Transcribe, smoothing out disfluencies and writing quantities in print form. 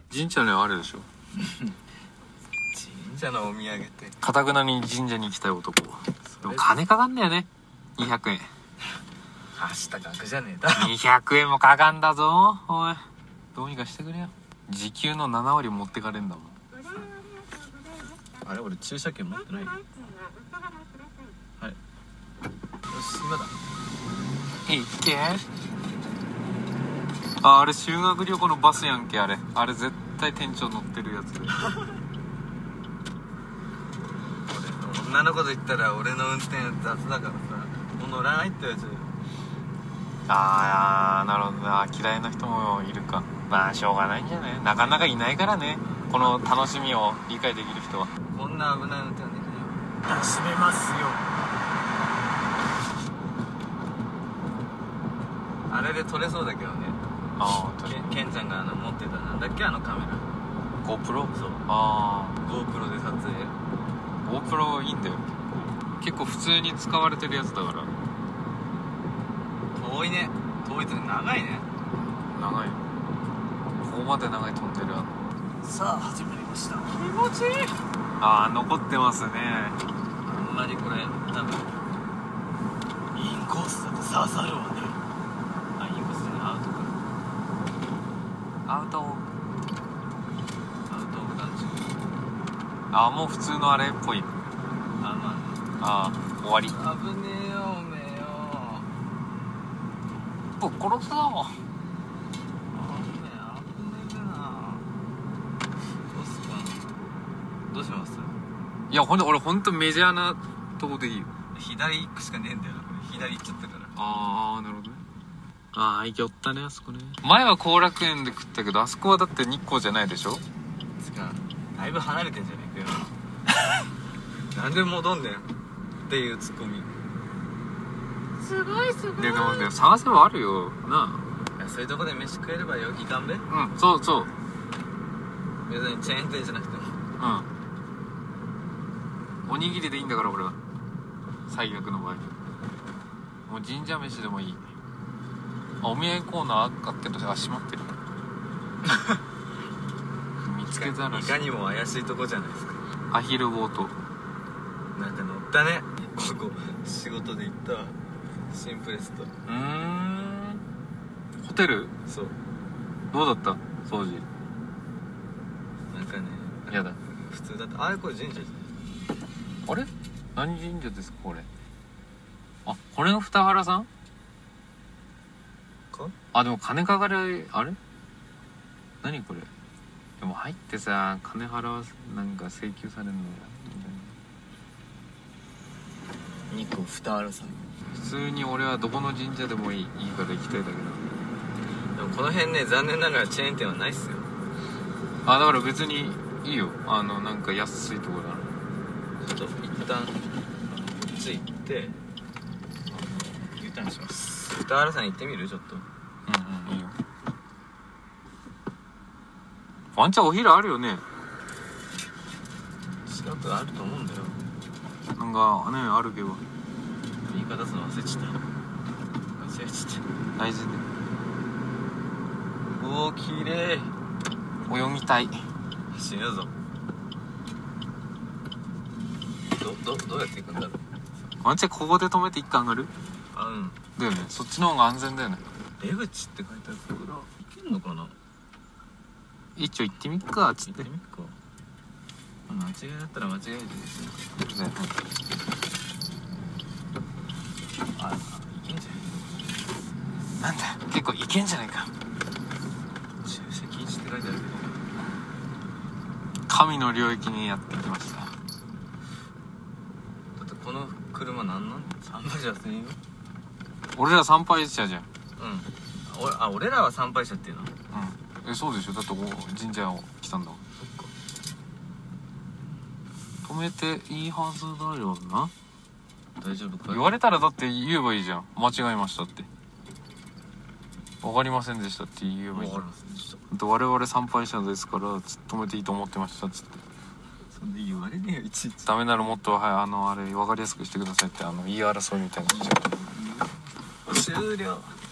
神社にあるでしょ。 神社のお土産ってかたくなに神社に行きたい男。でも金かかんだよね。200円。 明日額じゃねえだろ。 200円もかかんだぞ。おい、どうにかしてくれよ。時給の7割持ってかれんだもん。 あれ、俺駐車券持ってないよ。はい、よし、今だ。 行ってあれ修学旅行のバスやんけ。あれ絶対店長乗ってるやつで女の子と言ったら俺の運転雑だからさ、もう乗らないってやつ。 ああ、なるほどな。嫌いな人もいるか。まあしょうがないんじゃない。なかなかいないからね、この楽しみを理解できる人は。 こんな危ない運転はできないよ。 閉めますよ。 あれで撮れそうだけどね。 ああ、 ケンちゃんが持ってたなんだっけ、あのカメラ。 GoPro。 そう、 あ GoPro で撮影。 あ、GoPro いいんだよ。結構普通に使われてるやつだから。 遠いね。遠いって長いね。 長い。ここまで長い飛んでる。 さあ始まりました。 気持ちいい。 ああ、残ってますね。 あんまりこれ多分インコースだと刺さるわね。 インコースでアウトか。 アウト。 アウトオブ団地。 ああ、もう普通のあれっぽい。 まあね。 ああ、終わり。 危ねえよおめえよ。 ぶっ殺すぞ。 危ねえな。どうすか。どうします。 いや、俺ほんとメジャーなとこでいいよ。 左行くしかねえんだよな。これ左行っちゃったから。 ああ、なるほどね。ああ、行きよったね、あそこね。前は後楽園で食ったけど、あそこはだって日光じゃないでしょ。 つかだいぶ離れてんじゃねえかよ。なんで戻んねんっていうツッコミ。 すごいすごい。 でも探せばあるよな。 いや、そういうとこで飯食えればよ。いかんべ。 うん、そうそう。 別にチェーン店じゃなくても。 うん、おにぎりでいいんだから俺は。最悪の場合もう神社飯でもいい。あ、お土産コーナーあっけど、閉まってる。見つけたらいかにも怪しいとこじゃないですか。 アヒルボート。 なんか乗ったね。ここ仕事で行ったわ。シンプレスト。 ホテルそう、 どうだった掃除。 なんかね、 やだ。 普通だった。あれこれ神社じあれ、何神社ですかこれ。あ、これが二原さんゃんか。 あ、でも金かかる。あれ、何これ。でも入ってさ、金払わなんか請求されるのや。 日光二原さん。 普通に俺はどこの神社でもいいから行きたいだけだ。 でもこの辺ね、残念ながらチェーン店はないっすよ。 あ、だから別にいいよ。なんか安いところだな。 ちょっと一旦こっち行ってU ターンします。二原さん行ってみる。ちょっとうんうん、いいよ。ワンチャンお昼あるよね。 近くあると思うんだよ。 なんかね、あるけど言い方するの忘れちゃった。間違えちゃった。 大事でおお、綺麗。 泳ぎたい。 死ぬぞ。どうやって行くんだろう。 ワンチャンここで止めて一回上がる。 あ、うん。 だよね、そっちの方が安全だよね。 出口って書いてあるから行けんのかな。 一応行ってみっかっつって。 行ってみっか。間違いだったら間違いです。あ、いけんじゃない。 なんだよ、結構行けんじゃないか。 駐車禁止って書いてあるけど。 神の領域にやってきました。 だってこの車なん参拝者専用。 俺ら参拝者じゃん。 うん。俺らは参拝者っていうの。 うん、そうでしょ。だって神社を来たんだもん。 そっか。 止めていいはずだよな。 大丈夫か。 言われたらだって言えばいいじゃん。間違えましたって。わかりませんでしたって言えばいいじゃん。 わかりませんでした。 我々参拝者ですから止めていいと思ってましたっつって。 そんで言われねえよ、いちいち。 ダメならもっと、はい、あれ分かりやすくしてくださいって言い争いみたいになっちゃう。 終了。